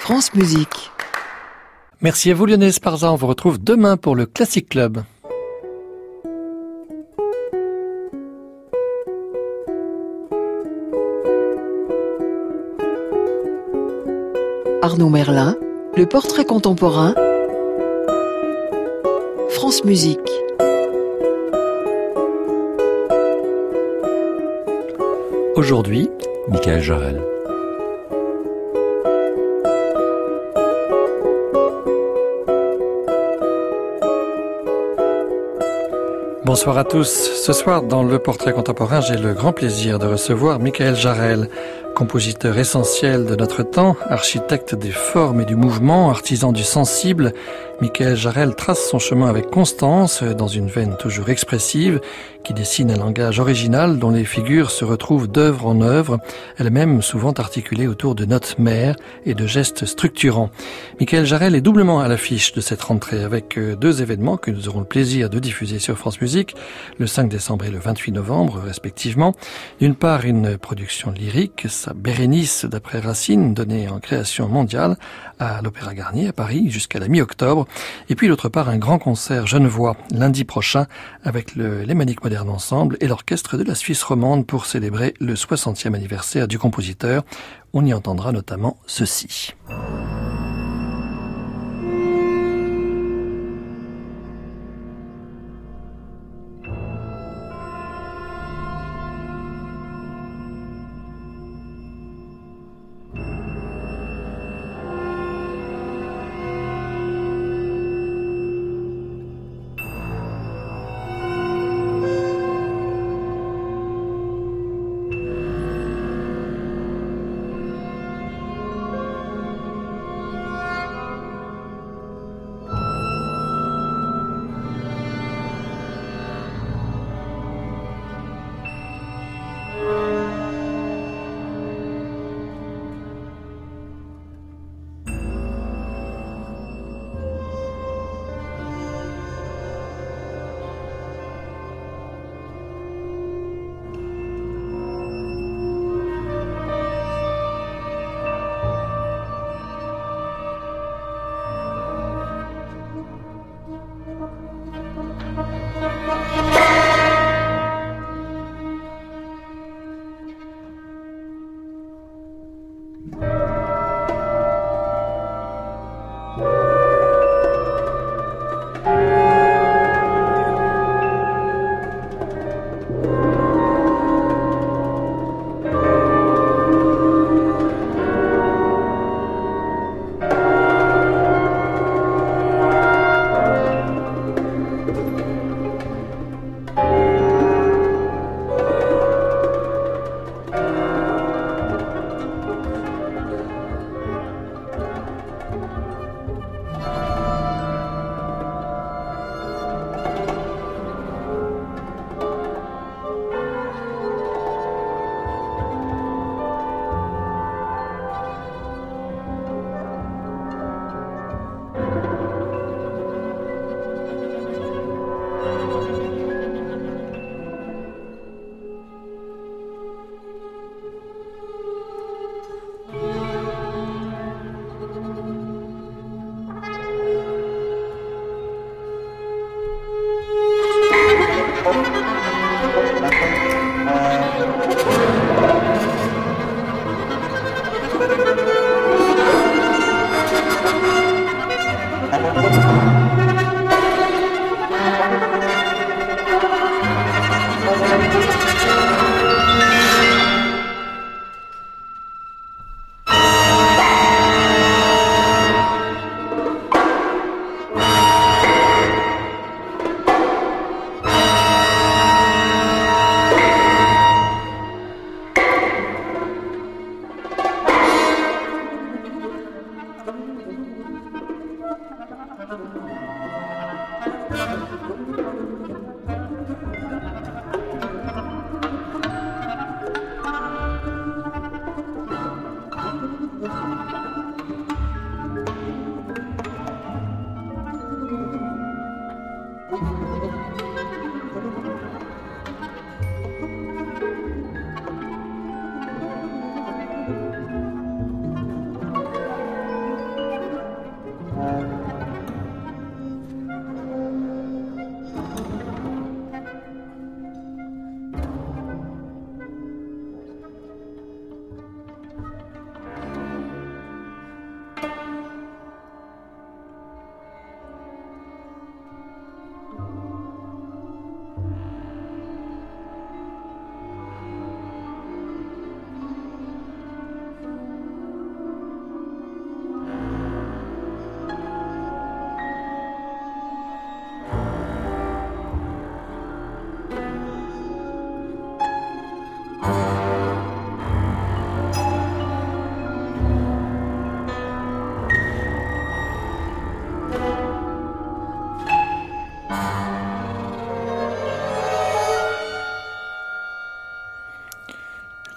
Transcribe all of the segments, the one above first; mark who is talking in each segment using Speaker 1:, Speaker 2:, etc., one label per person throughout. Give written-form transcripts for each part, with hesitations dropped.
Speaker 1: France Musique.
Speaker 2: Merci à vous Lionel Esparza, on vous retrouve demain pour le Classic Club.
Speaker 1: Arnaud Merlin, le portrait contemporain, France Musique.
Speaker 2: Aujourd'hui,
Speaker 3: Michaël Jarel.
Speaker 2: Bonsoir à tous. Ce soir, dans le portrait contemporain, j'ai le grand plaisir de recevoir Michaël Jarel, compositeur essentiel de notre temps, architecte des formes et du mouvement, artisan du sensible. Michaël Jarel trace son chemin avec constance, dans une veine toujours expressive, qui dessine un langage original dont les figures se retrouvent d'œuvre en œuvre, elles-mêmes souvent articulées autour de notes mères et de gestes structurants. Michaël Jarel est doublement à l'affiche de cette rentrée, avec deux événements que nous aurons le plaisir de diffuser sur France Musique, le 5 décembre et le 28 novembre, respectivement. D'une part, une production lyrique, sa Bérénice d'après Racine, donnée en création mondiale à l'Opéra Garnier à Paris jusqu'à la mi-octobre. Et puis d'autre part, un grand concert genevois lundi prochain avec le Lémanique Moderne Ensemble et l'orchestre de la Suisse romande pour célébrer le 60e anniversaire du compositeur. On y entendra notamment ceci.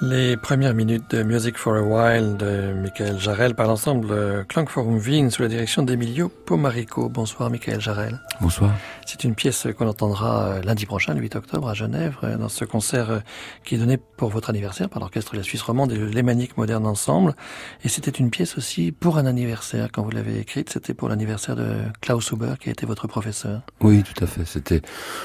Speaker 2: Les premières minutes de Music for a While de Michael Jarel par l'ensemble Klangforum Wien sous la direction d'Emilio Pomarico. Bonsoir Michael Jarel.
Speaker 3: Bonsoir.
Speaker 2: C'est une pièce qu'on entendra lundi prochain, le 8 octobre, à Genève, dans ce concert qui est donné pour votre anniversaire par l'Orchestre de la Suisse romande et le Lémanique Moderne Ensemble. Et c'était une pièce aussi pour un anniversaire. Quand vous l'avez écrite, c'était pour l'anniversaire de Klaus Huber, qui a été votre professeur.
Speaker 3: Oui, tout à fait. C'était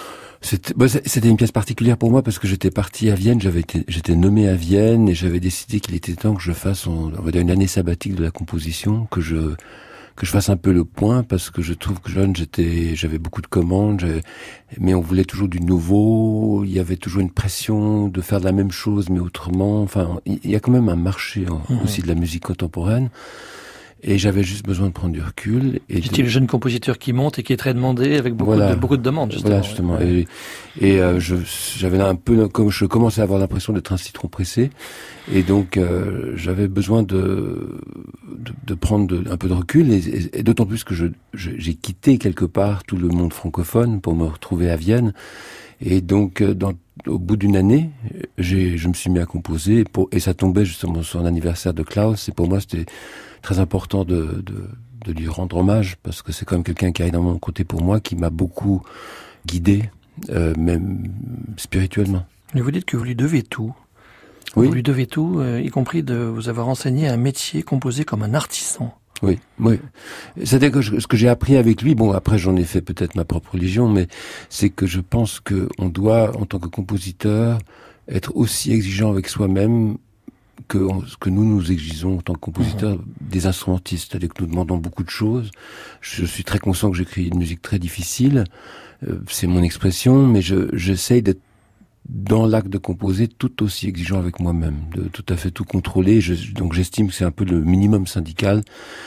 Speaker 3: une pièce particulière pour moi parce que j'étais parti à Vienne, j'étais nommé à Vienne et j'avais décidé qu'il était temps que je fasse, on va dire, une année sabbatique de la composition, que je fasse un peu le point parce que je trouve que jeune, j'avais beaucoup de commandes, mais on voulait toujours du nouveau, il y avait toujours une pression de faire de la même chose mais autrement. Enfin, il y a quand même un marché aussi de la musique contemporaine. Et j'avais juste besoin de prendre du recul.
Speaker 2: J'étais le jeune compositeur qui monte et qui est très demandé avec beaucoup de demandes, justement.
Speaker 3: Voilà, justement. Ouais. Et j'avais un peu, comme je commençais à avoir l'impression d'être un citron pressé. Et donc, j'avais besoin de prendre un peu de recul et d'autant plus que j'ai quitté quelque part tout le monde francophone pour me retrouver à Vienne. Et donc, au bout d'une année, je me suis mis à composer et ça tombait justement sur l'anniversaire de Klaus. Et pour moi, c'était très important de lui rendre hommage parce que c'est quand même quelqu'un qui a énormément compté pour moi, qui m'a beaucoup guidé, même spirituellement.
Speaker 2: Mais vous dites que vous lui devez tout.
Speaker 3: Oui.
Speaker 2: Vous lui devez tout, y compris de vous avoir enseigné un métier composé comme un artisan.
Speaker 3: Oui. C'est-à-dire que ce que j'ai appris avec lui, bon, après j'en ai fait peut-être ma propre religion, mais c'est que je pense qu'on doit, en tant que compositeur, être aussi exigeant avec soi-même que ce que nous exigeons en tant que compositeurs des instrumentistes. C'est-à-dire que nous demandons beaucoup de choses. Je suis très conscient que j'écris une musique très difficile. C'est mon expression, mais j'essaye d'être dans l'acte de composer tout aussi exigeant avec moi-même, de tout à fait tout contrôler. Donc j'estime que c'est un peu le minimum syndical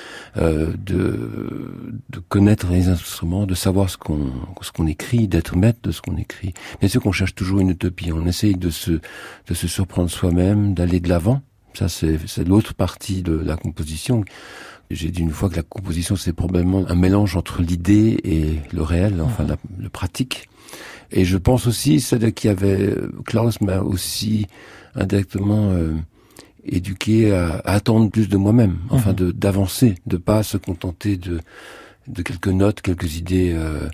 Speaker 3: de connaître les instruments, de savoir ce qu'on écrit, d'être maître de ce qu'on écrit. Bien sûr qu'on cherche toujours une utopie, on essaye de se surprendre soi-même, d'aller de l'avant. Ça c'est l'autre partie de la composition. J'ai dit une fois que la composition c'est probablement un mélange entre l'idée et le réel, enfin le pratique. Et je pense aussi, c'est qu'il y avait, Klaus m'a aussi indirectement éduqué à attendre plus de moi-même, enfin d'avancer, de pas se contenter de quelques notes, quelques idées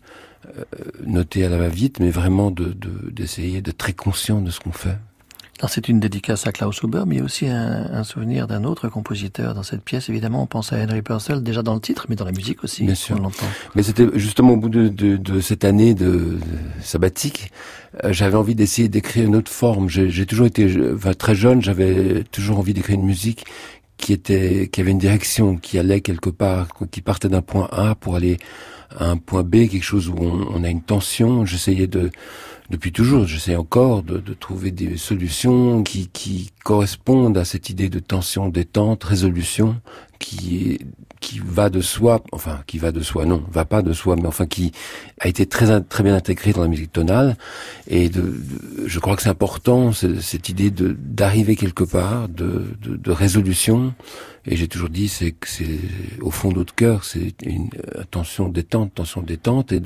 Speaker 3: notées à la va-vite, mais vraiment d'essayer d'être très conscient de ce qu'on fait.
Speaker 2: Alors c'est une dédicace à Klaus Huber, mais aussi un souvenir d'un autre compositeur dans cette pièce. Évidemment, on pense à Henry Purcell, déjà dans le titre, mais dans la musique aussi.
Speaker 3: Bien sûr.
Speaker 2: On l'entend.
Speaker 3: Mais c'était justement au bout de cette année de sabbatique, j'avais envie d'essayer d'écrire une autre forme. J'ai toujours été, très jeune, j'avais toujours envie d'écrire une musique qui avait une direction, qui allait quelque part, qui partait d'un point A pour aller à un point B, quelque chose où on a une tension. Depuis toujours, j'essaie encore de trouver des solutions qui correspondent à cette idée de tension, détente, résolution, qui va de soi, non, va pas de soi, mais enfin qui a été très bien intégrée dans la musique tonale. Et je crois que c'est important, cette idée d'arriver quelque part, de résolution. Et j'ai toujours dit, c'est au fond de notre cœur, c'est une tension détente, et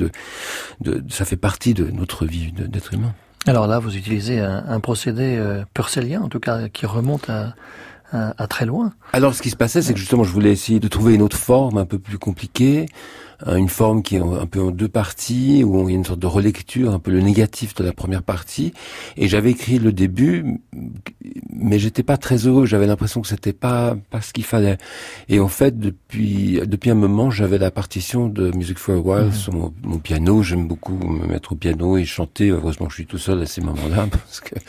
Speaker 3: ça fait partie de notre vie d'être humain.
Speaker 2: Alors là, vous utilisez un procédé purcellien, en tout cas, qui remonte à très loin.
Speaker 3: Alors, ce qui se passait, c'est que justement, je voulais essayer de trouver une autre forme un peu plus compliquée, une forme qui est un peu en deux parties, où il y a une sorte de relecture, un peu le négatif de la première partie. Et j'avais écrit le début, mais j'étais pas très heureux. J'avais l'impression que c'était pas ce qu'il fallait. Et en fait, depuis un moment, j'avais la partition de Music for a While sur mon piano. J'aime beaucoup me mettre au piano et chanter. Heureusement, je suis tout seul à ces moments-là, parce que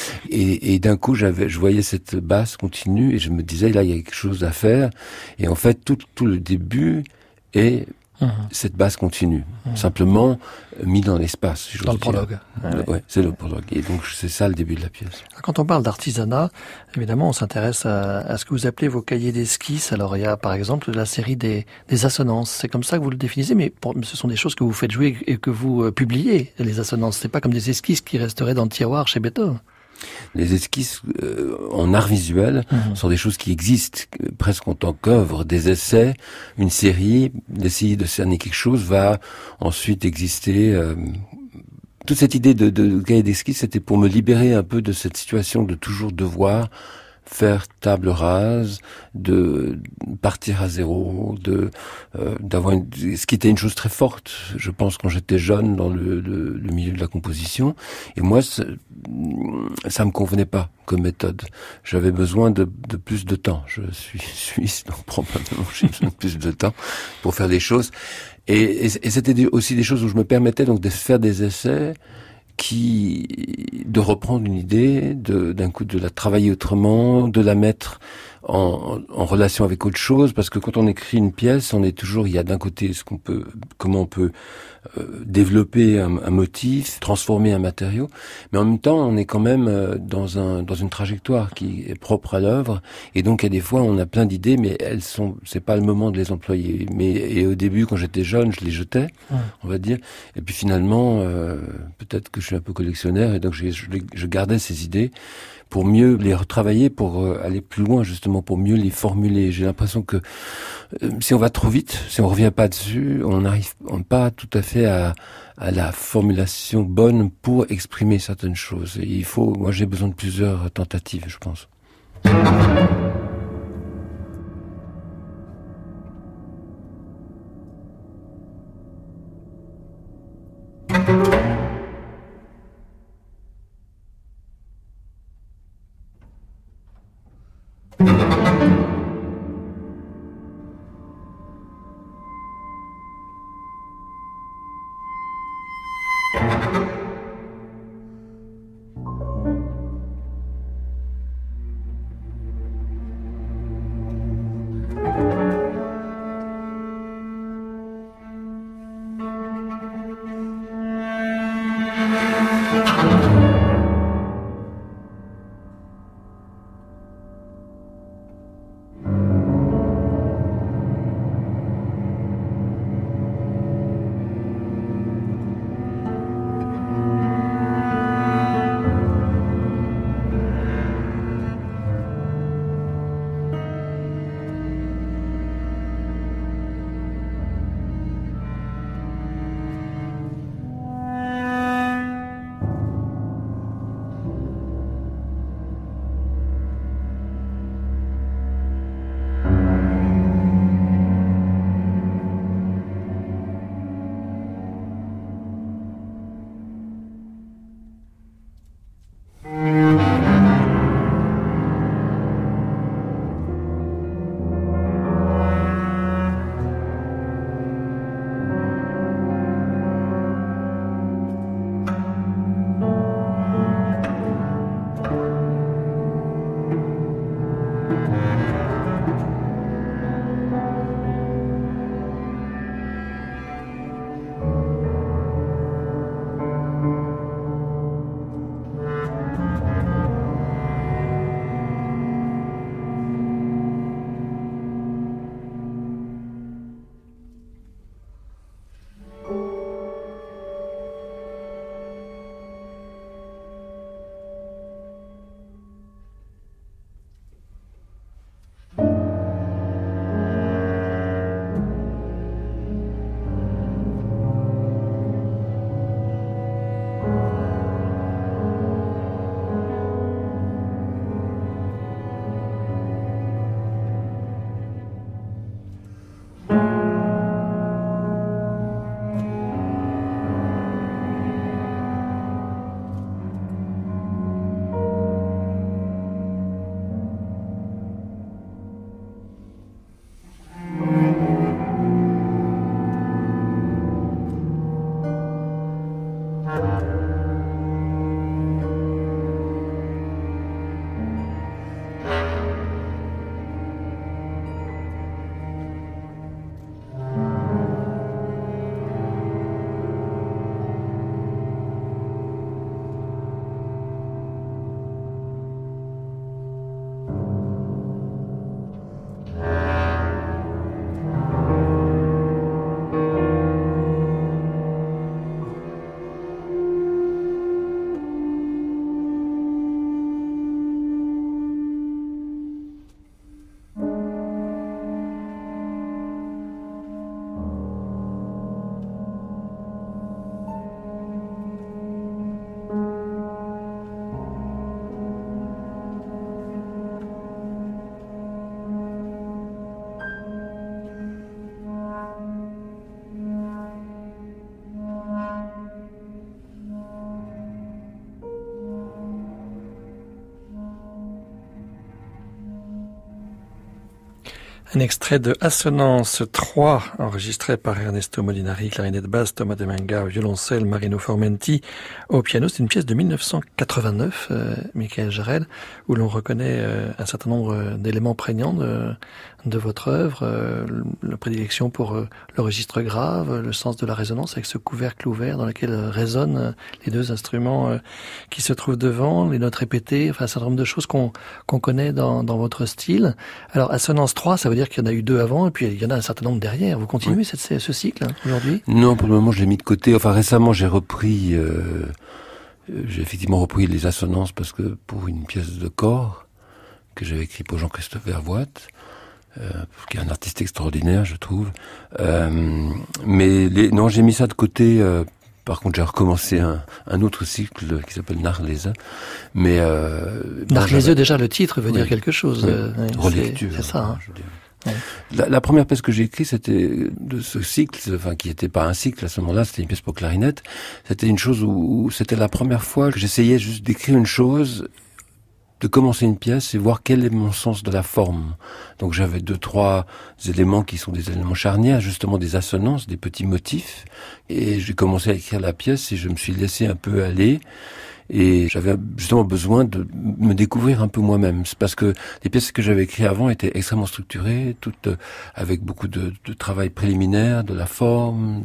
Speaker 3: et d'un coup, je voyais cette basse continue et je me disais là, il y a quelque chose à faire. Et en fait, tout le début est cette basse continue, simplement mis dans l'espace. Si
Speaker 2: dans le prologue.
Speaker 3: Ouais, c'est le prologue. Et donc, c'est ça le début de la pièce.
Speaker 2: Quand on parle d'artisanat, évidemment, on s'intéresse à ce que vous appelez vos cahiers d'esquisses. Alors, il y a, par exemple, la série des assonances. C'est comme ça que vous le définissez, mais ce sont des choses que vous faites jouer et que vous publiez, les assonances. C'est pas comme des esquisses qui resteraient dans le tiroir chez Beethoven.
Speaker 3: Les esquisses en art visuel sont des choses qui existent presque en tant qu'œuvre, des essais, une série, d'essayer de cerner quelque chose va ensuite exister toute cette idée de cahier d'esquisse, c'était pour me libérer un peu de cette situation de toujours devoir faire table rase, de partir à zéro, d'avoir ce qui était une chose très forte, je pense, quand j'étais jeune dans le milieu de la composition. Et moi, ça me convenait pas comme méthode. J'avais besoin de plus de temps. Je suis suisse, donc probablement j'ai besoin de plus de temps pour faire des choses. Et c'était aussi des choses où je me permettais donc de faire des essais, de reprendre une idée, d'un coup de la travailler autrement, de la mettre en relation avec autre chose, parce que quand on écrit une pièce, il y a d'un côté comment on peut développer un motif, transformer un matériau, mais en même temps, on est quand même dans une trajectoire qui est propre à l'œuvre, et donc, il y a des fois, on a plein d'idées, mais c'est pas le moment de les employer. Et au début, quand j'étais jeune, je les jetais, on va dire, et puis finalement, peut-être que je suis un peu collectionneur, et donc je gardais ces idées pour mieux les retravailler, pour aller plus loin, justement, pour mieux les formuler. J'ai l'impression que si on va trop vite, si on revient pas dessus, on n'arrive pas tout à fait à la formulation bonne pour exprimer certaines choses. Et moi j'ai besoin de plusieurs tentatives, je pense.
Speaker 2: Un extrait de Assonance 3, enregistré par Ernesto Molinari, clarinette basse, Thomas Demenga au violoncelle, Marino Formenti au piano. C'est une pièce de 1989, Michael Jarel, où l'on reconnaît un certain nombre d'éléments prégnants de votre œuvre, la prédilection pour le registre grave, le sens de la résonance avec ce couvercle ouvert dans lequel résonnent les deux instruments qui se trouvent devant, les notes répétées, enfin un certain nombre de choses qu'on connaît dans votre style. Alors Assonance 3, ça veut dire qu'il y en a eu 2 avant et puis il y en a un certain nombre derrière. Vous continuez ce cycle aujourd'hui?
Speaker 3: Non, pour le moment je l'ai mis de côté. Enfin récemment j'ai effectivement repris les assonances parce que pour une pièce de corps que j'avais écrite pour Jean-Christophe Vervoit, qui est un artiste extraordinaire, je trouve. Non, j'ai mis ça de côté. Par contre, j'ai recommencé un autre cycle qui s'appelle Narléza. Mais
Speaker 2: Narléza, déjà le titre veut dire quelque chose.
Speaker 3: Relecture.
Speaker 2: C'est ça.
Speaker 3: Je veux dire. La première pièce que j'ai écrite, c'était de ce cycle, enfin qui n'était pas un cycle à ce moment-là, c'était une pièce pour clarinette. C'était une chose où c'était la première fois que j'essayais juste d'écrire une chose, de commencer une pièce et voir quel est mon sens de la forme. Donc j'avais 2-3 éléments qui sont des éléments charnières, justement des assonances, des petits motifs. Et j'ai commencé à écrire la pièce et je me suis laissé un peu aller. Et j'avais justement besoin de me découvrir un peu moi-même. C'est parce que les pièces que j'avais écrites avant étaient extrêmement structurées, toutes avec beaucoup de travail préliminaire, de la forme,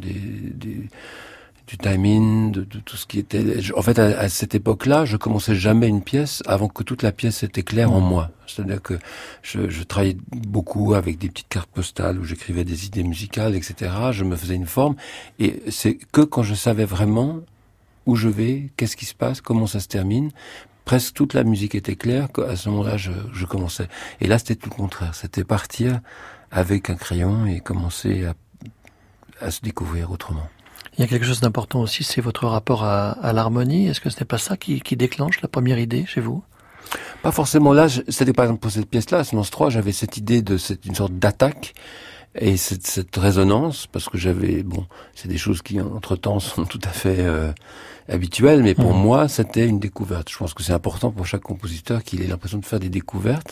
Speaker 3: du timing, de tout ce qui était... En fait, à cette époque-là, je commençais jamais une pièce avant que toute la pièce était claire en moi. C'est-à-dire que je travaillais beaucoup avec des petites cartes postales où j'écrivais des idées musicales, etc. Je me faisais une forme. Et c'est que quand je savais vraiment où je vais, qu'est-ce qui se passe, comment ça se termine, presque toute la musique était claire, qu'à ce moment-là, je commençais. Et là, c'était tout le contraire. C'était partir avec un crayon et commencer à se découvrir autrement.
Speaker 2: Il y a quelque chose d'important aussi, c'est votre rapport à l'harmonie. Est-ce que ce n'est pas ça qui déclenche la première idée chez vous?
Speaker 3: Pas forcément là. C'était par exemple pour cette pièce-là, Assonance 3, j'avais cette idée une sorte d'attaque et cette résonance, parce que c'est des choses qui entre-temps sont tout à fait habituelles, mais pour moi, c'était une découverte. Je pense que c'est important pour chaque compositeur qu'il ait l'impression de faire des découvertes.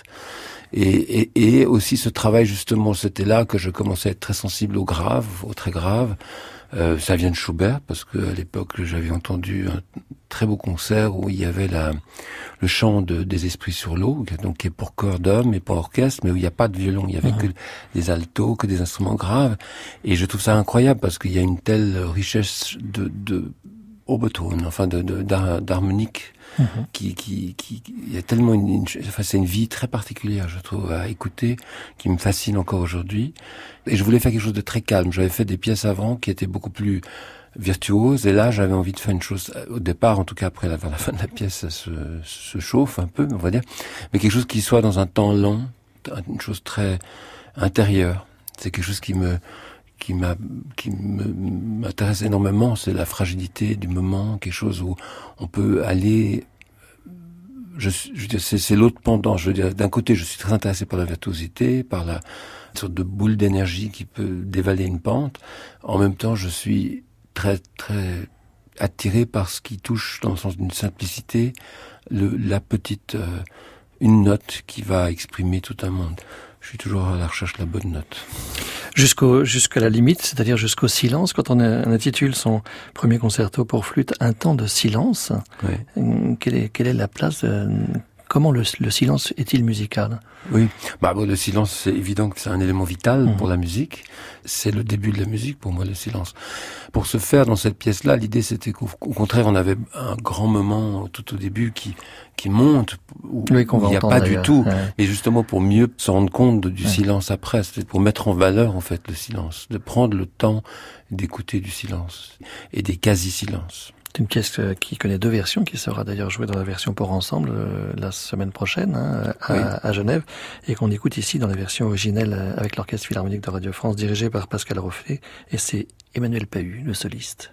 Speaker 3: Et aussi ce travail, justement, c'était là que je commençais à être très sensible au grave, au très grave. Ça vient de Schubert, parce que à l'époque, j'avais entendu un très beau concert où il y avait le chant des esprits sur l'eau, donc qui est pour chœur d'hommes et pour orchestre, mais où il n'y a pas de violon, il y avait que des altos, que des instruments graves. Et je trouve ça incroyable parce qu'il y a une telle richesse de overtone, enfin d'harmonique, qui il y a tellement c'est une vie très particulière, je trouve, à écouter, qui me fascine encore aujourd'hui. Et je voulais faire quelque chose de très calme. J'avais fait des pièces avant qui étaient beaucoup plus virtuoses, et là j'avais envie de faire une chose, au départ, en tout cas vers la fin de la pièce, ça se chauffe un peu, on va dire, mais quelque chose qui soit dans un temps lent, une chose très intérieure. C'est quelque chose qui m'intéresse énormément, c'est la fragilité du moment, quelque chose où on peut aller. Je veux dire, c'est l'autre pendant. Je veux dire, d'un côté, je suis très intéressé par la virtuosité, par une sorte de boule d'énergie qui peut dévaler une pente. En même temps, je suis très très attiré par ce qui touche dans le sens d'une simplicité, la petite une note qui va exprimer tout un monde. Je suis toujours à la recherche de la bonne note.
Speaker 2: Jusqu'à la limite, c'est-à-dire jusqu'au silence, quand on intitule son premier concerto pour flûte Un temps de silence, quelle est la place comment le silence est-il musical?
Speaker 3: Oui, le silence, c'est évident que c'est un élément vital pour la musique. C'est le début de la musique, pour moi, le silence. Pour ce faire, dans cette pièce-là, l'idée, c'était qu'au contraire, on avait un grand moment tout au début qui monte, où il n'y a pas du tout. Et justement, pour mieux se rendre compte du silence après, c'était pour mettre en valeur, en fait, le silence. De prendre le temps d'écouter du silence. Et des quasi-silences.
Speaker 2: C'est une pièce qui connaît 2 versions, qui sera d'ailleurs jouée dans la version pour ensemble la semaine prochaine à Genève, et qu'on écoute ici dans la version originelle avec l'Orchestre Philharmonique de Radio France, dirigé par Pascal Rofflet, et c'est Emmanuel Pahud, le soliste.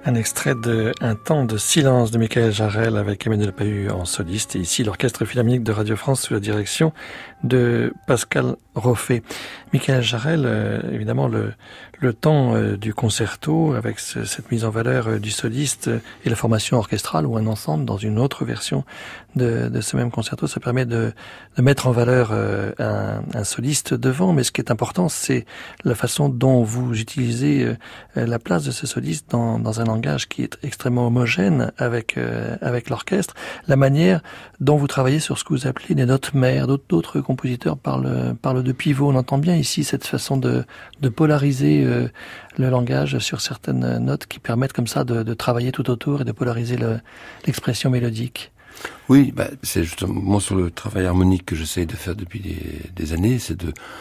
Speaker 2: Un extrait de Un temps de silence de Michael Jarel avec Emmanuel Pahud en soliste et ici l'Orchestre Philharmonique de Radio France sous la direction de Pascal Roffet. Michael Jarel, évidemment le temps du concerto avec cette mise en valeur du soliste et la formation orchestrale ou un ensemble dans une autre version de ce même concerto, ça permet de mettre en valeur un soliste devant, mais ce qui est important, c'est la façon dont vous utilisez la place de ce soliste dans un langage qui est extrêmement homogène avec l'orchestre, la manière dont vous travaillez sur ce que vous appelez des notes mères. D'autres compositeurs parlent de pivot. On entend bien ici cette façon de polariser le langage sur certaines notes qui permettent comme ça de travailler tout autour et de polariser l'expression mélodique.
Speaker 3: Oui, c'est justement sur le travail harmonique que j'essaye de faire depuis des années, c'est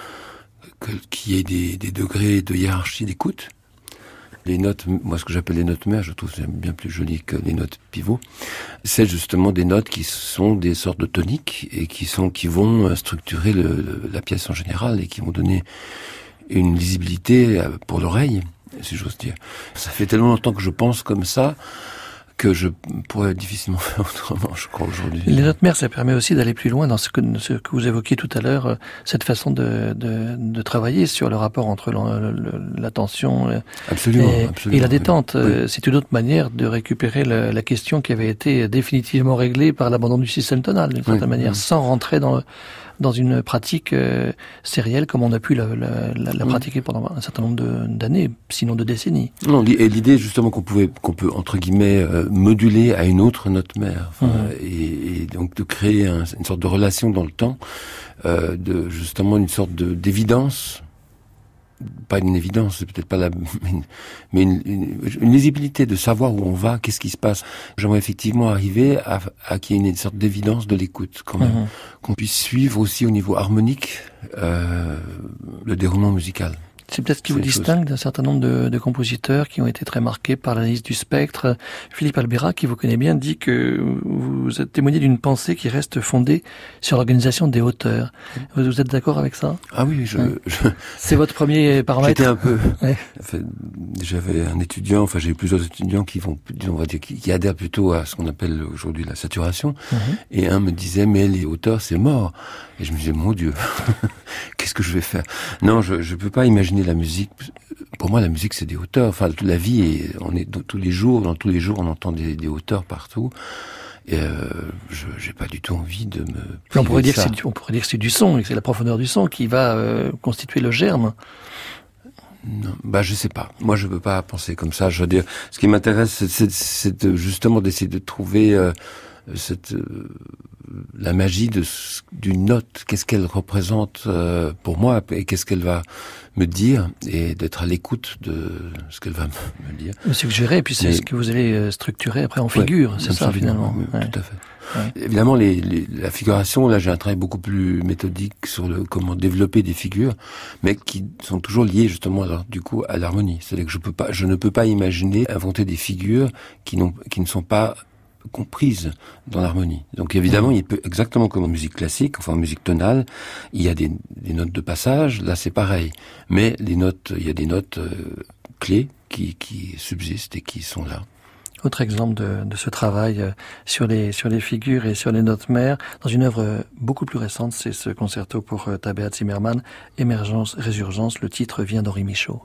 Speaker 3: qu'il y ait des degrés de hiérarchie d'écoute. Les notes, moi ce que j'appelle les notes mères, je trouve que c'est bien plus joli que les notes pivots. C'est justement des notes qui sont des sortes de toniques et qui vont structurer la pièce en général et qui vont donner une lisibilité pour l'oreille, si j'ose dire. Ça fait tellement longtemps que je pense comme ça que je pourrais difficilement faire autrement, je crois, aujourd'hui.
Speaker 2: Les notes mères, ça permet aussi d'aller plus loin dans ce que vous évoquiez tout à l'heure, cette façon de travailler sur le rapport entre l'attention et la détente. Oui. C'est une autre manière de récupérer la question qui avait été définitivement réglée par l'abandon du système tonal, d'une certaine manière, sans rentrer dans une pratique sérielle comme on a pu la pratiquer pendant un certain nombre d'années, sinon de décennies. Non,
Speaker 3: et l'idée justement qu'on peut entre guillemets moduler à une autre note mère, et donc de créer une sorte de relation dans le temps, de justement une sorte d'évidence. Pas une évidence, c'est peut-être pas mais une lisibilité de savoir où on va, qu'est-ce qui se passe. J'aimerais effectivement arriver à qu'il y ait une sorte d'évidence de l'écoute, quand même. Qu'on puisse suivre aussi au niveau harmonique, le déroulement musical.
Speaker 2: C'est peut-être ce qui vous distingue d'un certain nombre de compositeurs qui ont été très marqués par l'analyse du spectre. Philippe Albera, qui vous connaît bien, dit que vous êtes témoigné d'une pensée qui reste fondée sur l'organisation des hauteurs. Vous êtes d'accord avec ça?
Speaker 3: Ah oui,
Speaker 2: c'est votre premier paramètre.
Speaker 3: J'étais un peu. Ouais. J'avais un étudiant, j'ai eu plusieurs étudiants qui adhèrent plutôt à ce qu'on appelle aujourd'hui la saturation. Et un me disait, mais les hauteurs, c'est mort. Et je me disais, mon Dieu, qu'est-ce que je vais faire? Non, je peux pas imaginer la musique. Pour moi, la musique, c'est des hauteurs. Enfin, toute la vie, on est dans tous les jours, on entend des hauteurs partout. Et j'ai pas du tout envie de me.
Speaker 2: On pourrait dire que c'est du son, et que c'est la profondeur du son qui va constituer le germe.
Speaker 3: Non, je sais pas. Moi, je peux pas penser comme ça. Je veux dire, ce qui m'intéresse, c'est justement d'essayer de trouver la magie d'une note, qu'est-ce qu'elle représente pour moi et qu'est-ce qu'elle va me dire, et d'être à l'écoute de ce qu'elle va me dire.
Speaker 2: Me suggérer, et puis c'est ce que vous allez structurer après en figure, c'est ça finalement.
Speaker 3: Oui, tout à fait. Ouais. Évidemment, la figuration, là j'ai un travail beaucoup plus méthodique sur comment développer des figures, mais qui sont toujours liées justement à l'harmonie. C'est-à-dire que je ne peux pas imaginer inventer des figures qui ne sont pas comprises dans l'harmonie. Donc évidemment, il peut, exactement comme en musique classique, enfin en musique tonale, il y a des notes de passage, là c'est pareil. Mais il y a des notes clés qui subsistent et qui sont là.
Speaker 2: Autre exemple de ce travail sur les figures et sur les notes mères, dans une œuvre beaucoup plus récente, c'est ce concerto pour Tabea Zimmermann, Émergence, Résurgence, le titre vient d'Henri Michaud.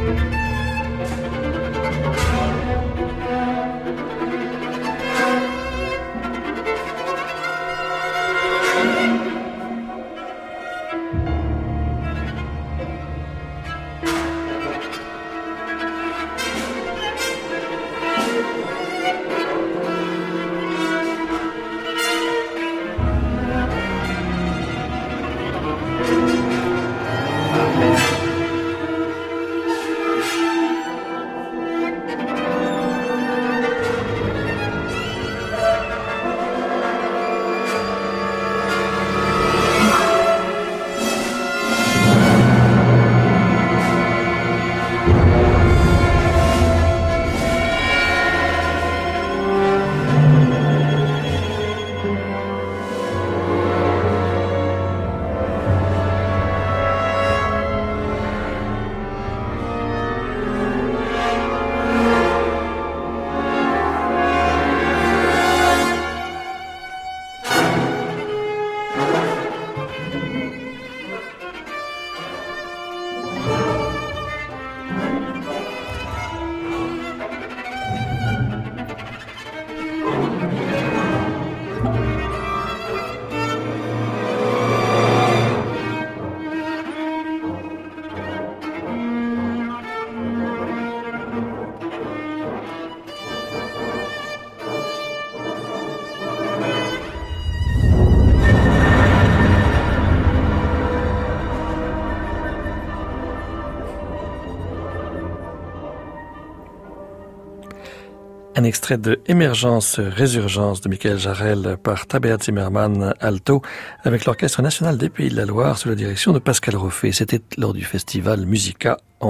Speaker 2: Un extrait de Émergence, Résurgence de Michael Jarel par Tabea Zimmermann, alto, avec l'Orchestre National des Pays de la Loire sous la direction de Pascal Roffet. C'était lors du festival Musica en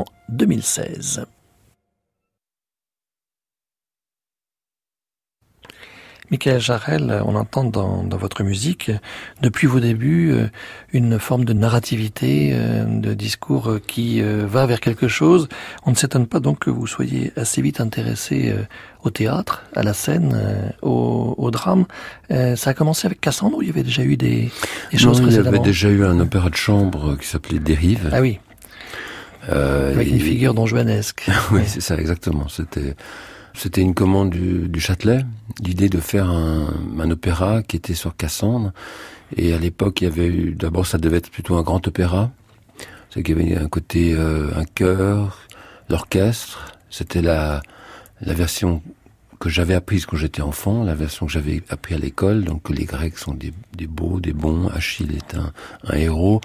Speaker 2: 2016. Michael Jarel, on entend dans votre musique, depuis vos débuts, une forme de narrativité, de discours qui va vers quelque chose. On ne s'étonne pas donc que vous soyez assez vite intéressé au théâtre, à la scène, au drame. Ça a commencé avec Cassandre ou il y avait déjà eu des choses précédemment?
Speaker 3: Il y avait déjà eu un opéra de chambre qui s'appelait Dérive.
Speaker 2: Ah oui. Avec une figure donjuanesque.
Speaker 3: Oui, c'est ça, exactement. C'était une commande du Châtelet, l'idée de faire un opéra qui était sur Cassandre. Et à l'époque, il y avait eu, d'abord, ça devait être plutôt un grand opéra. C'est qu'il y avait un côté, un chœur, l'orchestre. C'était la version que j'avais apprise quand j'étais enfant, la version que j'avais appris à l'école. Donc, les Grecs sont des beaux, des bons. Achille est un héros.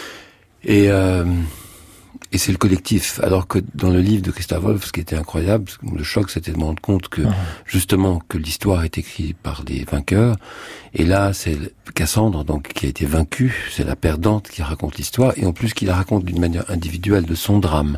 Speaker 3: Et c'est le collectif. Alors que dans le livre de Christophe Wolff, ce qui était incroyable, le choc, c'était de me rendre compte que, justement, que l'histoire est écrite par des vainqueurs. Et là, c'est Cassandre, donc, qui a été vaincue. C'est la perdante qui raconte l'histoire. Et en plus, qui la raconte d'une manière individuelle de son drame.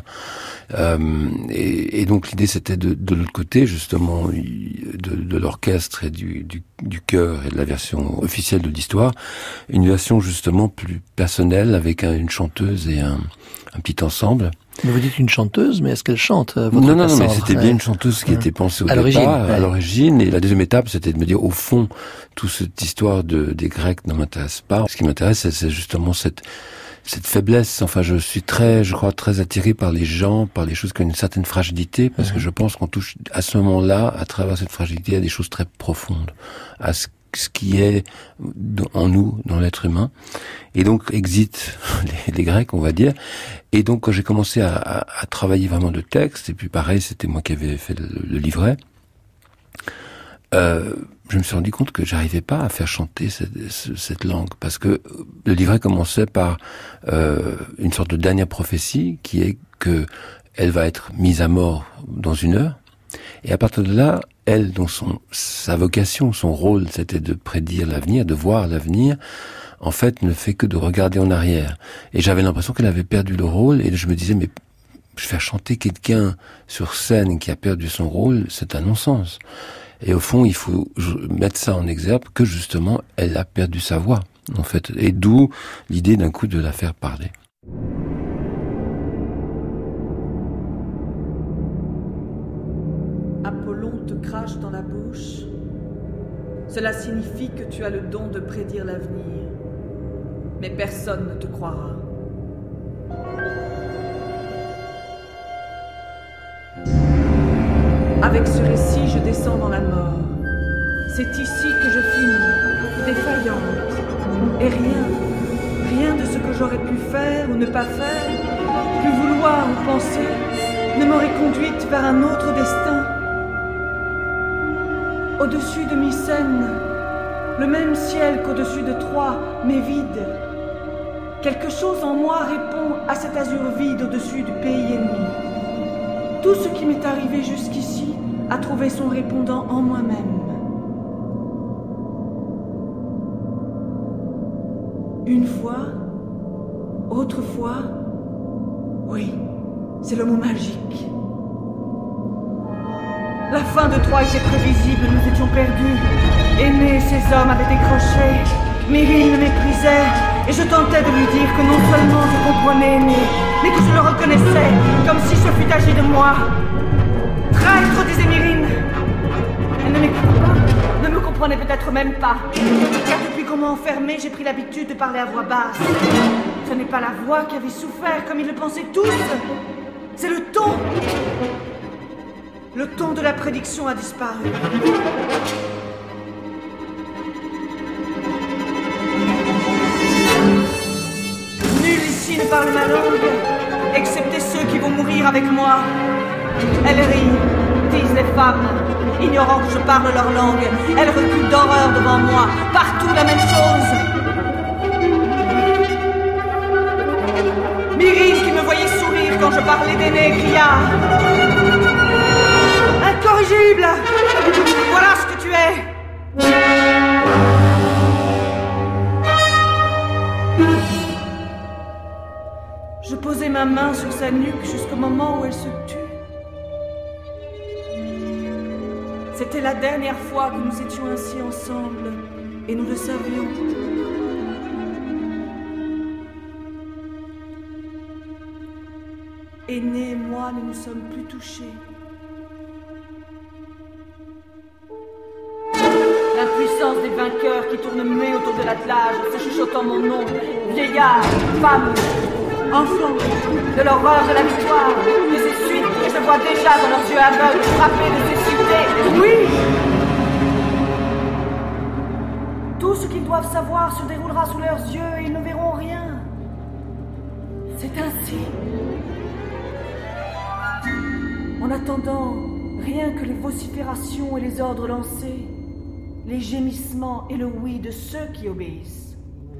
Speaker 3: Et donc, l'idée, c'était de l'autre côté, justement, de l'orchestre et du chœur et de la version officielle de l'histoire. Une version, justement, plus personnelle avec une chanteuse et un petit ensemble.
Speaker 2: Mais vous dites une chanteuse, mais est-ce qu'elle chante votre
Speaker 3: Non, mais c'était bien une chanteuse qui était pensée au départ, à l'origine. Et la deuxième étape, c'était de me dire, au fond, toute cette histoire des Grecs ne m'intéresse pas. Ce qui m'intéresse, c'est justement cette faiblesse. Enfin, je crois, très attiré par les gens, par les choses qui ont une certaine fragilité, parce que je pense qu'on touche à ce moment-là, à travers cette fragilité, à des choses très profondes, à ce qui est en nous, dans l'être humain. Et donc, exit les Grecs, on va dire. Et donc, quand j'ai commencé à travailler vraiment de texte, et puis pareil, c'était moi qui avais fait le livret, je me suis rendu compte que j'arrivais pas à faire chanter cette langue, parce que le livret commençait par une sorte de dernière prophétie, qui est que elle va être mise à mort dans 1 heure. Et à partir de là, elle, dont sa vocation, son rôle, c'était de prédire l'avenir, de voir l'avenir, en fait, ne fait que de regarder en arrière. Et j'avais l'impression qu'elle avait perdu le rôle, et je me disais, mais faire chanter quelqu'un sur scène qui a perdu son rôle, c'est un non-sens. Et au fond, il faut mettre ça en exergue, que justement, elle a perdu sa voix, en fait. Et d'où l'idée d'un coup de la faire parler.
Speaker 4: Apollon te crache dans la bouche. Cela signifie que tu as le don de prédire l'avenir. Mais personne ne te croira. Avec ce récit, je descends dans la mort. C'est ici que je finis, défaillante. Et rien de ce que j'aurais pu faire ou ne pas faire, pu vouloir ou penser, ne m'aurait conduite vers un autre destin. Au-dessus de Mycène, le même ciel qu'au-dessus de Troie, mais vide. Quelque chose en moi répond à cet azur vide au-dessus du pays ennemi. Tout ce qui m'est arrivé jusqu'ici a trouvé son répondant en moi-même. Une fois, autrefois, oui, c'est le mot magique. La fin de Troie était prévisible, nous étions perdus. Aimé, ces hommes avaient décroché. Myrrhine le méprisait, et je tentais de lui dire que non seulement je comprenais Aimé, mais que je le reconnaissais, comme si ce fût agi de moi. Traître, disait Myrrhine. Elle ne m'écoutait pas, ne me comprenait peut-être même pas. Car depuis qu'on m'a enfermée, j'ai pris l'habitude de parler à voix basse. Ce n'est pas la voix qui avait souffert comme ils le pensaient tous, c'est le ton. Le ton de la prédiction a disparu. Nul ici ne parle ma langue, excepté ceux qui vont mourir avec moi. Elle rit, disent les femmes, ignorant que je parle leur langue. Elles reculent d'horreur devant moi, partout la même chose. Myrrhine, qui me voyait sourire quand je parlais d'Aîné, cria: incorrigible! Voilà ce que tu es! Je posai ma main sur sa nuque jusqu'au moment où elle se tut. C'était la dernière fois que nous étions ainsi ensemble, et nous le savions. Aîné et moi ne nous sommes plus touchés. L'impuissance des vainqueurs qui tournent muets autour de l'attelage, se chuchotant mon nom, vieillards, femmes, enfants, de l'horreur de la victoire, de ces suites que je vois déjà dans leurs yeux aveugles, frappés de cécité. Oui! Tout ce qu'ils doivent savoir se déroulera sous leurs yeux et ils ne verront rien. C'est ainsi. En attendant, rien que les vociférations et les ordres lancés, les gémissements et le oui de ceux qui obéissent.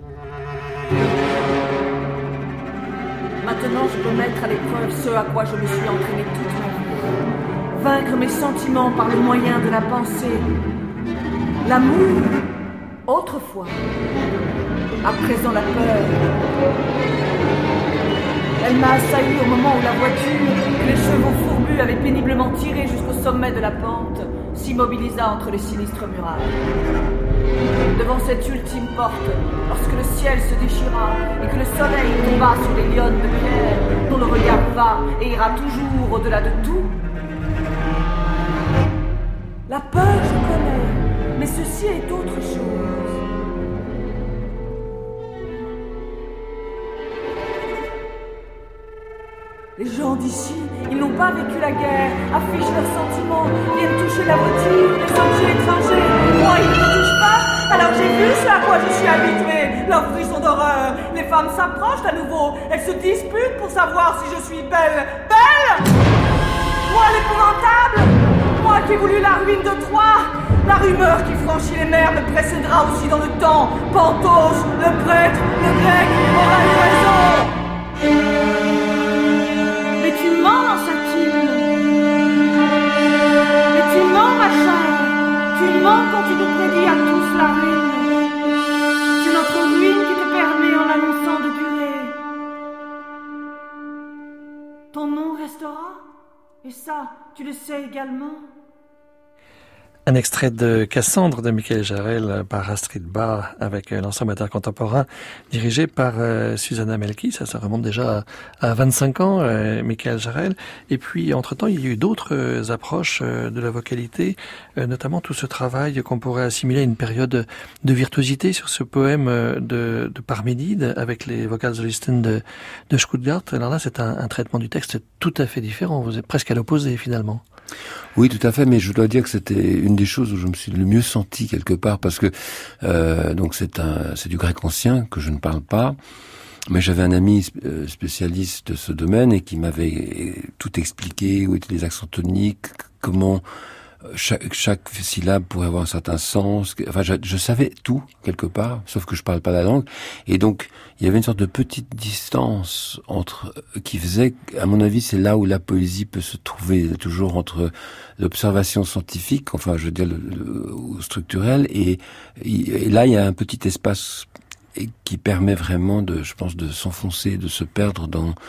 Speaker 4: Maintenant, je peux mettre à l'épreuve ce à quoi je me suis entraîné toute ma vie. Vaincre mes sentiments par le moyen de la pensée. L'amour, autrefois. À présent, la peur. Elle m'a assailli au moment où la voiture, que les chevaux fourbus avaient péniblement tiré jusqu'au sommet de la pente, s'immobilisa entre les sinistres murailles. Devant cette ultime porte, lorsque le ciel se déchira et que le soleil tomba sur les lionnes de pierre, dont le regard va et ira toujours au-delà de tout, la peur, je connais, mais ceci est autre chose. Les gens d'ici, ils n'ont pas vécu la guerre, affichent leurs sentiments, viennent toucher la voiture, les objets étrangers. Moi, ils ne me touchent pas, alors j'ai vu ce à quoi je suis habituée. Leurs frissons d'horreur, les femmes s'approchent à nouveau, elles se disputent pour savoir si je suis belle. Belle! Moi, l'épouvantable! Moi qui ai voulu la ruine de Troie! La rumeur qui franchit les mers me précédera aussi dans le temps. Panthos, le prêtre, le grec, aura eu raison! Mais tu mens, Satine. Mais tu mens, ma chère. Tu mens quand tu nous prédis à tous la ruine. C'est notre ruine qui te permet en annonçant de durer. Ton nom restera, et ça, tu le sais également.
Speaker 2: Un extrait de Cassandre de Michael Jarel par Astrid Ba avec l'ensemble d'art contemporain dirigé par Susanna Melki. Ça remonte déjà à 25 ans, Michael Jarel. Et puis, entre-temps, il y a eu d'autres approches de la vocalité, notamment tout ce travail qu'on pourrait assimiler à une période de virtuosité sur ce poème de Parménide avec les vocals solisten de Stuttgart. Alors là, c'est un traitement du texte tout à fait différent. Vous êtes presque à l'opposé, finalement.
Speaker 3: Oui, tout à fait, mais je dois dire que c'était une des choses où je me suis le mieux senti quelque part, parce que donc c'est du grec ancien que je ne parle pas, mais j'avais un ami spécialiste de ce domaine et qui m'avait tout expliqué, où étaient les accents toniques, comment chaque syllabe pourrait avoir un certain sens. Enfin, je savais tout quelque part, sauf que je parle pas la langue, et donc il y avait une sorte de petite distance entre qui faisait, à mon avis, c'est là où la poésie peut se trouver, toujours entre l'observation scientifique, enfin, je veux dire le structurel, et là il y a un petit espace qui permet vraiment je pense, de s'enfoncer, de se perdre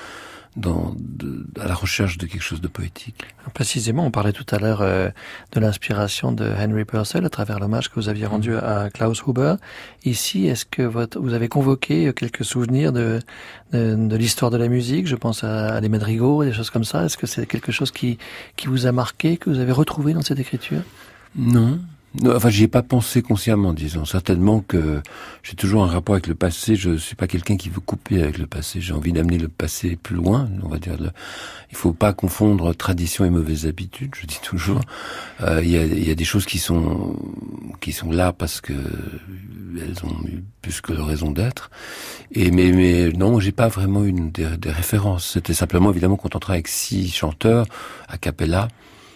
Speaker 3: à la recherche de quelque chose de poétique.
Speaker 2: Précisément, on parlait tout à l'heure de l'inspiration de Henry Purcell à travers l'hommage que vous aviez rendu à Klaus Huber. Ici, est-ce que vous avez convoqué quelques souvenirs de l'histoire de la musique? Je pense à des madrigaux et des choses comme ça. Est-ce que c'est quelque chose qui vous a marqué, que vous avez retrouvé dans cette écriture?
Speaker 3: Non. Non, enfin, j'y ai pas pensé consciemment, disons. Certainement que j'ai toujours un rapport avec le passé. Je suis pas quelqu'un qui veut couper avec le passé. J'ai envie d'amener le passé plus loin. On va dire, il faut pas confondre tradition et mauvaises habitudes. Je dis toujours. Il y a des choses qui sont là parce que elles ont eu plus que leur raison d'être. Mais non, j'ai pas vraiment des références. C'était simplement, évidemment, quand on travaille avec 6 chanteurs a cappella.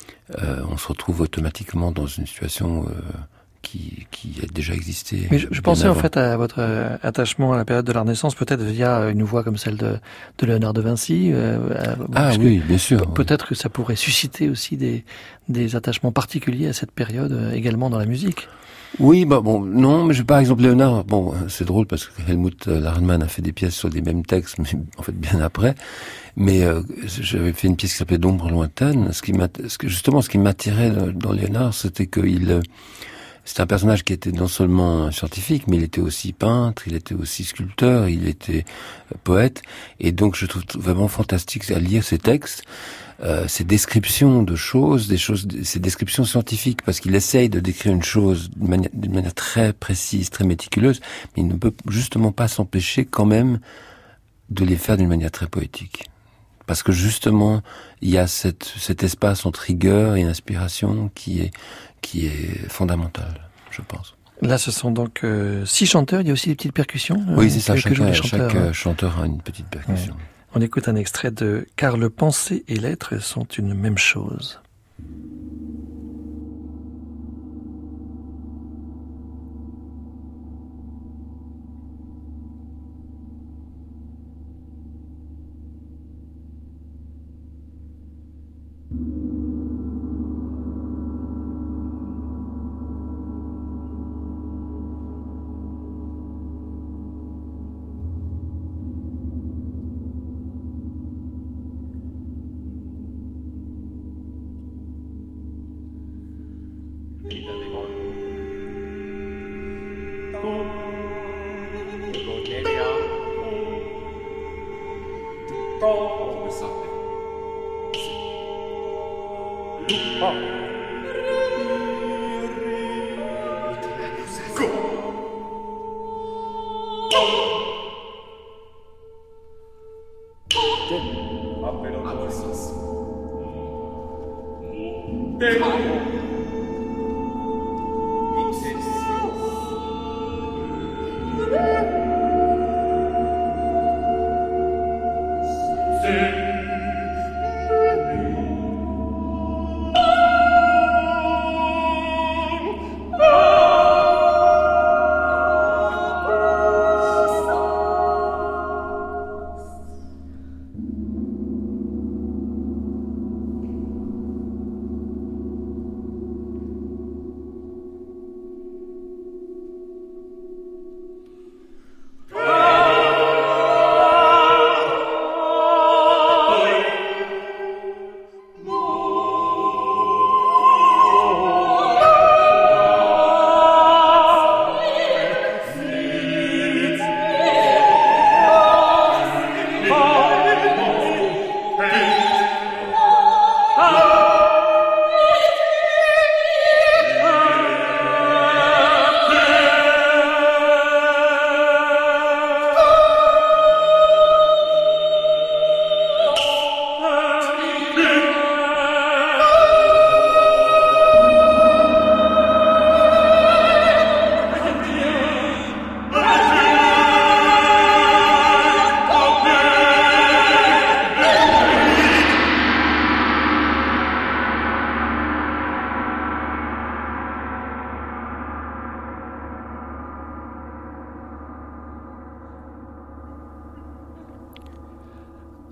Speaker 3: On se retrouve automatiquement dans une situation qui a déjà existé.
Speaker 2: Mais je pensais avant. En fait à votre attachement à la période de la Renaissance, peut-être via une voix comme celle de Léonard de Vinci.
Speaker 3: Oui, bien sûr.
Speaker 2: Peut-être que ça pourrait susciter aussi des attachements particuliers à cette période également dans la musique.
Speaker 3: Oui, non, mais par exemple Léonard, c'est drôle parce que Helmut Lahrmann a fait des pièces sur les mêmes textes, mais en fait bien après. Mais j'avais fait une pièce qui s'appelait d'ombre lointaine. Ce qui m'attirait dans Léonard, c'était c'était un personnage qui était non seulement scientifique, mais il était aussi peintre, il était aussi sculpteur, il était poète, et donc je trouve vraiment fantastique à lire ces textes. Ces descriptions de choses, ces descriptions scientifiques, parce qu'il essaye de décrire une chose d'une manière très précise, très méticuleuse, mais il ne peut justement pas s'empêcher quand même de les faire d'une manière très poétique. Parce que justement, il y a cet espace entre rigueur et inspiration qui est fondamental, je pense.
Speaker 2: Là, ce sont donc 6 chanteurs, il y a aussi des petites percussions.
Speaker 3: Oui, c'est ça, chaque chanteur a une petite percussion.
Speaker 2: Ouais. On écoute un extrait de « Car le penser et l'être sont une même chose ».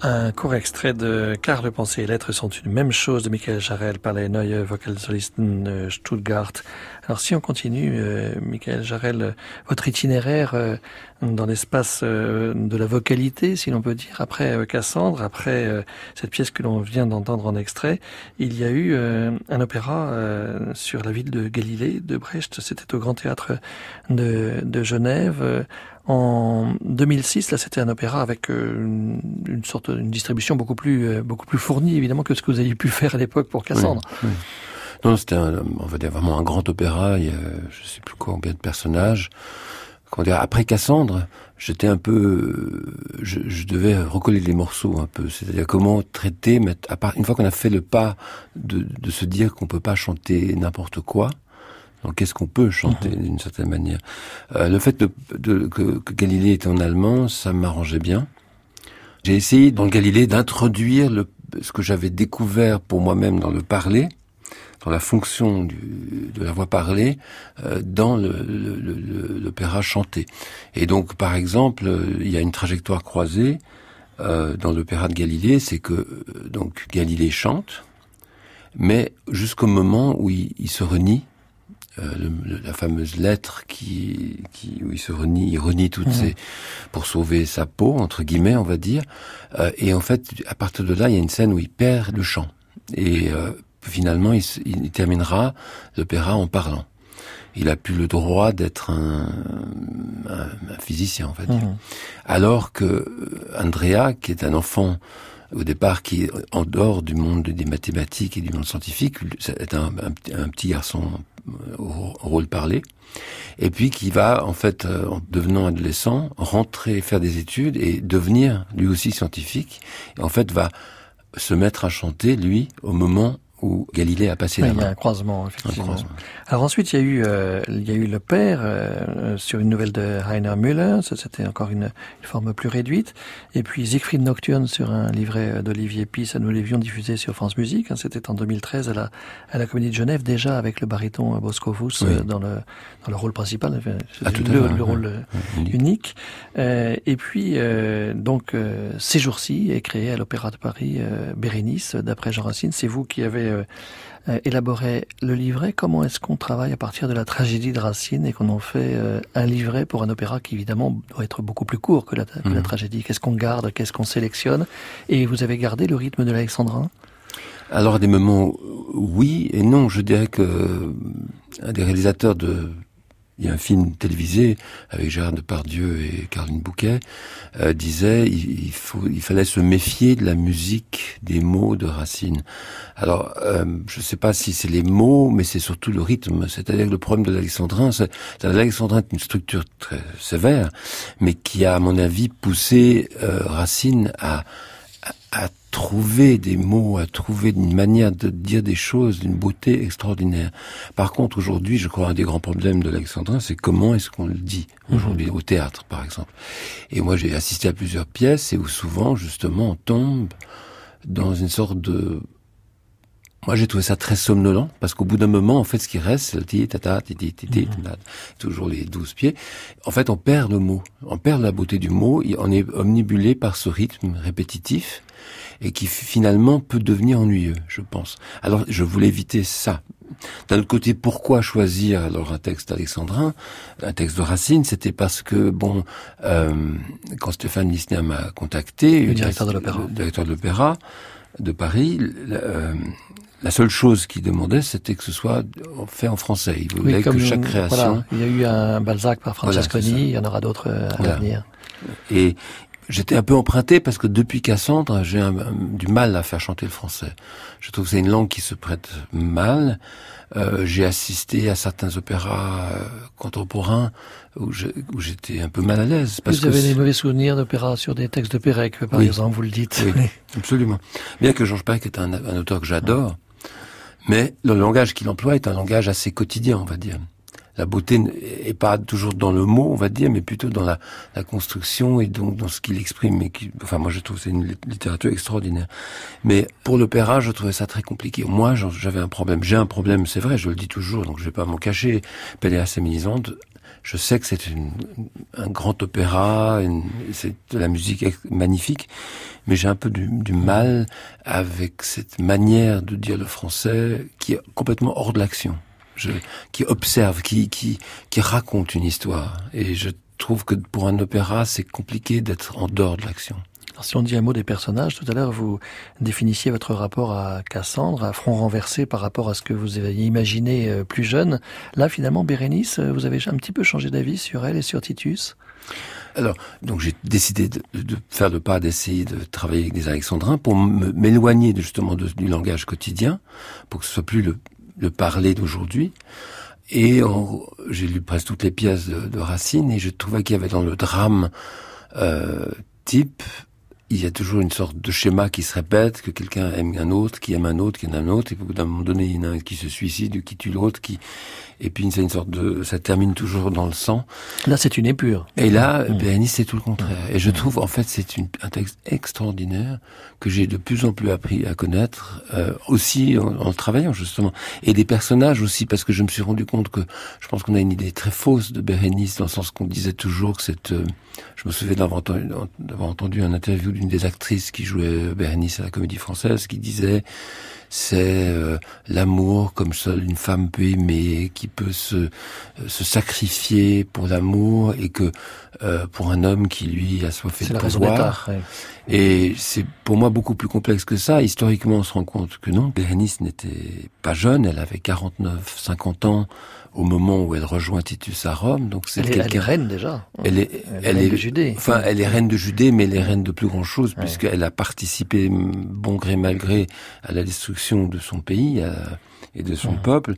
Speaker 2: Un court extrait de Car le pensée et l'être sont une même chose de Michael Jarel par les Neue Vokalsolisten Stuttgart. Alors si on continue, Michael Jarel, votre itinéraire dans l'espace de la vocalité, si l'on peut dire, après Cassandre, après cette pièce que l'on vient d'entendre en extrait, il y a eu un opéra sur la ville de Galilée, de Brecht, c'était au Grand Théâtre de Genève. En 2006, là, c'était un opéra avec une distribution beaucoup plus fournie, évidemment, que ce que vous aviez pu faire à l'époque pour Cassandre.
Speaker 3: Oui, oui. Non, c'était on va dire vraiment un grand opéra. Il y a, je sais plus combien de personnages. Comment dire, après Cassandre, j'étais un peu, je devais recoller les morceaux un peu. C'est-à-dire comment traiter, à part, une fois qu'on a fait le pas de se dire qu'on peut pas chanter n'importe quoi. Donc, qu'est-ce qu'on peut chanter d'une certaine manière? Le fait que Galilée était en allemand, ça m'arrangeait bien. J'ai essayé dans le Galilée d'introduire ce que j'avais découvert pour moi-même dans le parler, dans la fonction de la voix parlée, dans l'opéra chanté. Et donc, par exemple, il y a une trajectoire croisée dans l'opéra de Galilée, c'est que donc Galilée chante, mais jusqu'au moment où il se renie. La fameuse lettre où il renie toutes pour sauver sa peau, entre guillemets, on va dire. Et en fait, à partir de là, il y a une scène où il perd le chant. Et finalement, il terminera l'opéra en parlant. Il a plus le droit d'être un physicien, on va dire. Alors que Andrea, qui est un enfant au départ, qui est en dehors du monde des mathématiques et du monde scientifique, est un petit garçon au rôle parlé, et puis qui va, en fait, en devenant adolescent, rentrer, faire des études et devenir lui aussi scientifique, et en fait va se mettre à chanter, lui, au moment où Galilée a passé la main.
Speaker 2: Il y a un croisement, effectivement. Alors ensuite, il y a eu Le Père sur une nouvelle de Rainer Müller, ça c'était encore une forme plus réduite. Et puis Siegfried Nocturne sur un livret d'Olivier Py, ça nous l'avions diffusé sur France Musique. C'était en 2013 à la Comédie de Genève, déjà avec le baryton Bosco-Fuss dans le rôle principal, le rôle unique. Et puis donc ces jours-ci est créé à l'Opéra de Paris Bérénice, d'après Jean Racine. C'est vous qui avez élaboré le livret. Comment est-ce qu'on travaille à partir de la tragédie de Racine et qu'on en fait un livret pour un opéra qui évidemment doit être beaucoup plus court que la tragédie? Qu'est-ce qu'on garde, qu'est-ce qu'on sélectionne? Et vous avez gardé le rythme de l'Alexandrin?
Speaker 3: Alors à des moments oui et non. Je dirais que un des réalisateurs il y a un film télévisé avec Gérard Depardieu et Caroline Bouquet, disait il fallait se méfier de la musique, des mots de Racine. Alors, je ne sais pas si c'est les mots, mais c'est surtout le rythme. C'est-à-dire que le problème de l'Alexandrin, l'Alexandrin est une structure très sévère, mais qui a, à mon avis, poussé Racine à trouver des mots, à trouver une manière de dire des choses d'une beauté extraordinaire. Par contre, aujourd'hui, je crois un des grands problèmes de l'Alexandrin, c'est comment est-ce qu'on le dit aujourd'hui, au théâtre, par exemple. Et moi, j'ai assisté à plusieurs pièces et où souvent, justement, on tombe dans une sorte de... Moi, j'ai trouvé ça très somnolent, parce qu'au bout d'un moment, en fait, ce qui reste, c'est le ti-ta-ta, ti-ti-ti-ti, toujours les 12 pieds. En fait, on perd le mot. On perd la beauté du mot. On est omnibulé par ce rythme répétitif et qui, finalement, peut devenir ennuyeux, je pense. Alors, je voulais éviter ça. D'un autre côté, pourquoi choisir alors un texte alexandrin, un texte de Racine? C'était parce que, quand Stéphane Lissner m'a contacté,
Speaker 2: le directeur de
Speaker 3: l'opéra de Paris, la seule chose qu'il demandait, c'était que ce soit fait en français. Il voulait que chaque création...
Speaker 2: Voilà, il y a eu un Balzac par Francesconi, il y en aura d'autres à l'avenir.
Speaker 3: Et j'étais un peu emprunté parce que depuis Cassandre, j'ai du mal à faire chanter le français. Je trouve que c'est une langue qui se prête mal. J'ai assisté à certains opéras contemporains où j'étais un peu mal à l'aise.
Speaker 2: Vous avez des mauvais souvenirs d'opéras sur des textes de Pérec, par exemple, vous le dites.
Speaker 3: Oui, absolument. Bien que Georges Perec est un auteur que j'adore, mais le langage qu'il emploie est un langage assez quotidien, on va dire. La beauté est pas toujours dans le mot, on va dire, mais plutôt dans la construction et donc dans ce qu'il exprime. Moi, je trouve que c'est une littérature extraordinaire. Mais pour l'opéra, je trouvais ça très compliqué. Moi, j'avais un problème. J'ai un problème, c'est vrai, je le dis toujours, donc je vais pas m'en cacher. Pelléas et Mélisande, Je sais que c'est un grand opéra, c'est de la musique magnifique, mais j'ai un peu du mal avec cette manière de dire le français qui est complètement hors de l'action, qui observe, qui raconte une histoire. Et je trouve que pour un opéra, c'est compliqué d'être en dehors de l'action.
Speaker 2: Alors, si on dit un mot des personnages, tout à l'heure, vous définissiez votre rapport à Cassandre, à front renversé par rapport à ce que vous aviez imaginé plus jeune. Là, finalement, Bérénice, vous avez un petit peu changé d'avis sur elle et sur Titus?
Speaker 3: Alors, donc j'ai décidé de faire le pas, d'essayer de travailler avec des alexandrins pour m'éloigner justement du langage quotidien, pour que ce soit plus le parler d'aujourd'hui. Et j'ai lu presque toutes les pièces de Racine, et je trouvais qu'il y avait dans le drame type, il y a toujours une sorte de schéma qui se répète, que quelqu'un aime un autre, qui aime un autre, qui aime un autre, et puis d'un moment donné, il y en a un qui se suicide, ou qui tue l'autre, et puis c'est une sorte ça termine toujours dans le sang.
Speaker 2: Là, c'est une épure.
Speaker 3: Et là, Bérénice, c'est tout le contraire. Et je trouve, en fait, c'est un texte extraordinaire que j'ai de plus en plus appris à connaître, aussi en travaillant, justement. Et des personnages aussi, parce que je me suis rendu compte que je pense qu'on a une idée très fausse de Bérénice, dans le sens qu'on disait toujours que je me souviens d'avoir entendu un interview d'une des actrices qui jouait Bérénice à la Comédie Française, qui disait c'est l'amour comme seule une femme peut aimer, qui peut se sacrifier pour l'amour, et que pour un homme qui lui a soif de pouvoir.
Speaker 2: Ouais.
Speaker 3: Et c'est pour moi beaucoup plus complexe que ça. Historiquement, on se rend compte que non, Bérénice n'était pas jeune, elle avait 49, 50 ans au moment où elle rejoint Titus à Rome. Donc
Speaker 2: elle est reine déjà. Elle est reine de Judée.
Speaker 3: Enfin, elle est reine de Judée, mais elle est reine de plus grand chose, puisqu'elle a participé, bon gré mal gré, à la destruction de son pays et de son peuple.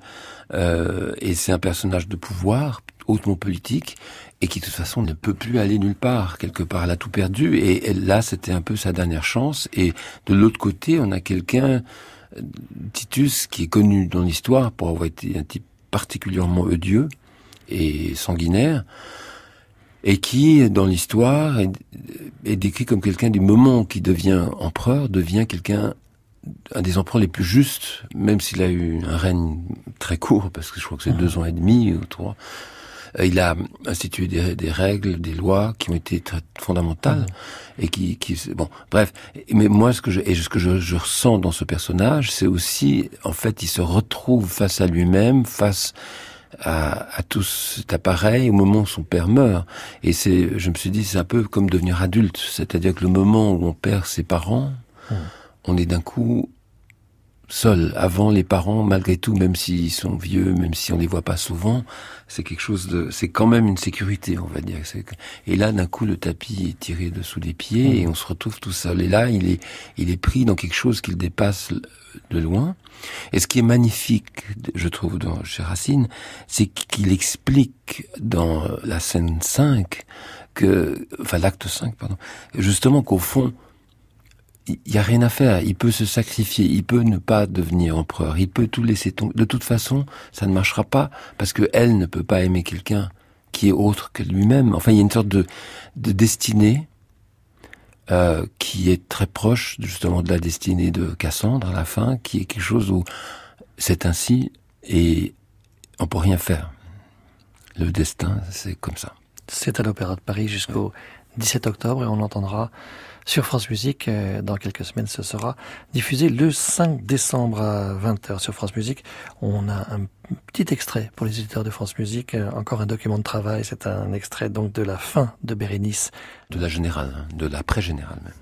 Speaker 3: Et c'est un personnage de pouvoir, hautement politique, et qui de toute façon ne peut plus aller nulle part. Quelque part, elle a tout perdu, et là, c'était un peu sa dernière chance. Et de l'autre côté, on a quelqu'un, Titus, qui est connu dans l'histoire pour avoir été un type particulièrement odieux et sanguinaire, et qui, dans l'histoire, est décrit comme quelqu'un du moment qui devient empereur, devient un des empereurs les plus justes, même s'il a eu un règne très court, parce que je crois que c'est 2 ans et demi ou 3. Il a institué des règles, des lois qui ont été très fondamentales, et bon, bref. Mais moi, ce que je ressens dans ce personnage, c'est aussi, en fait, il se retrouve face à lui-même, face à tout cet appareil au moment où son père meurt. Et je me suis dit, c'est un peu comme devenir adulte. C'est-à-dire que le moment où on perd ses parents, on est d'un coup seul. Avant, les parents, malgré tout, même s'ils sont vieux, même si on les voit pas souvent, c'est quelque chose c'est quand même une sécurité, on va dire. Et là, d'un coup, le tapis est tiré dessous les pieds, et on se retrouve tout seul. Et là, il est pris dans quelque chose qu'il dépasse de loin. Et ce qui est magnifique, je trouve, chez Racine, c'est qu'il explique dans la scène 5 l'acte 5, pardon, justement qu'au fond, il y a rien à faire. Il peut se sacrifier. Il peut ne pas devenir empereur. Il peut tout laisser tomber. De toute façon, ça ne marchera pas, parce que elle ne peut pas aimer quelqu'un qui est autre que lui-même. Enfin, il y a une sorte de destinée qui est très proche justement de la destinée de Cassandre à la fin, qui est quelque chose où c'est ainsi et on peut rien faire. Le destin, c'est comme ça.
Speaker 2: C'est à l'Opéra de Paris jusqu'au 17 octobre, et on l'entendra sur France Musique. Dans quelques semaines, ce sera diffusé le 5 décembre à 20h sur France Musique. On a un petit extrait pour les éditeurs de France Musique, encore un document de travail. C'est un extrait donc de la fin de Bérénice.
Speaker 3: De la générale, de la pré-générale même.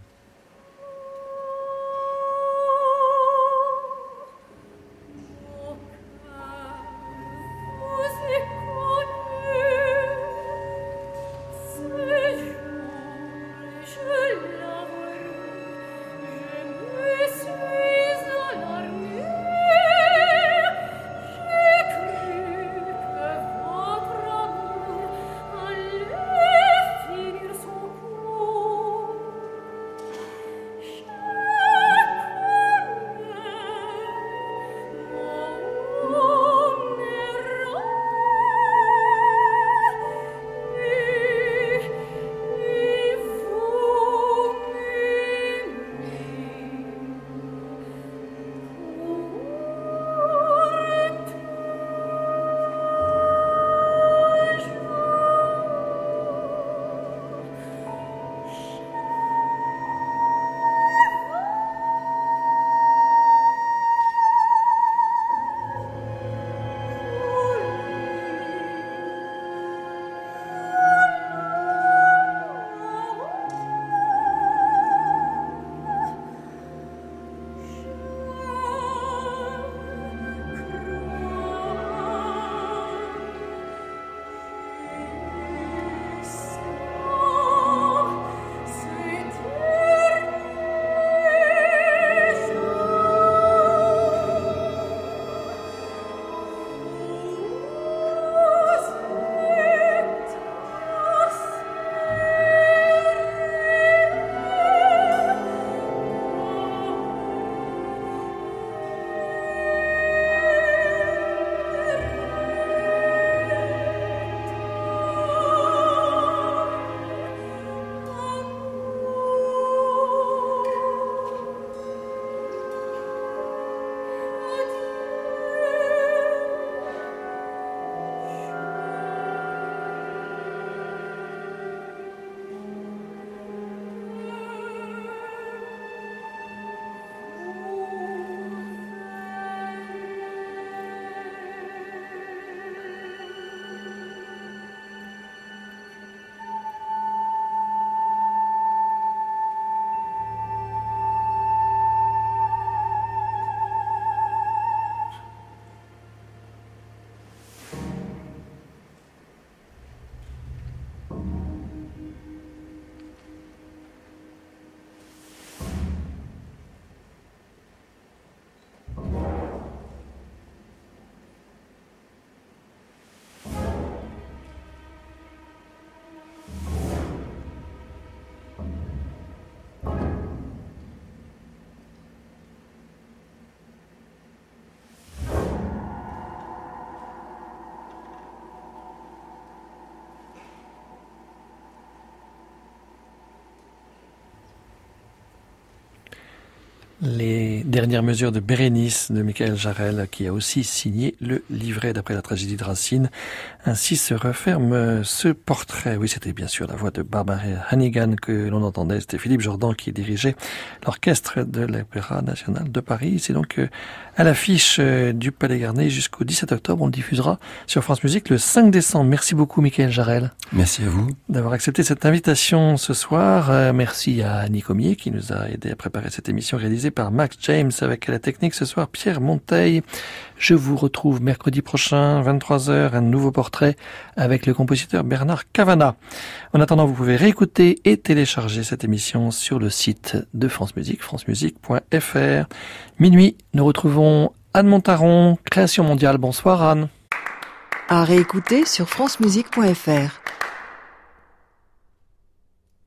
Speaker 2: Les dernières mesures de Bérénice de Michael Jarel, qui a aussi signé le livret d'après la tragédie de Racine. Ainsi se referme ce portrait. Oui, c'était bien sûr la voix de Barbara Hannigan que l'on entendait. C'était Philippe Jordan qui dirigeait l'orchestre de l'Opéra National de Paris. C'est donc à l'affiche du Palais Garnier jusqu'au 17 octobre. On le diffusera sur France Musique le 5 décembre. Merci beaucoup Michael Jarel.
Speaker 3: Merci à vous.
Speaker 2: D'avoir accepté cette invitation ce soir. Merci à Annie Comier qui nous a aidé à préparer cette émission réalisée par Max James avec à la technique ce soir Pierre Monteil. Je vous retrouve mercredi prochain, 23h, un nouveau portrait avec le compositeur Bernard Cavana. En attendant, vous pouvez réécouter et télécharger cette émission sur le site de France Musique, francemusique.fr. Minuit, nous retrouvons Anne Montaron, Création mondiale. Bonsoir Anne.
Speaker 1: À réécouter sur francemusique.fr.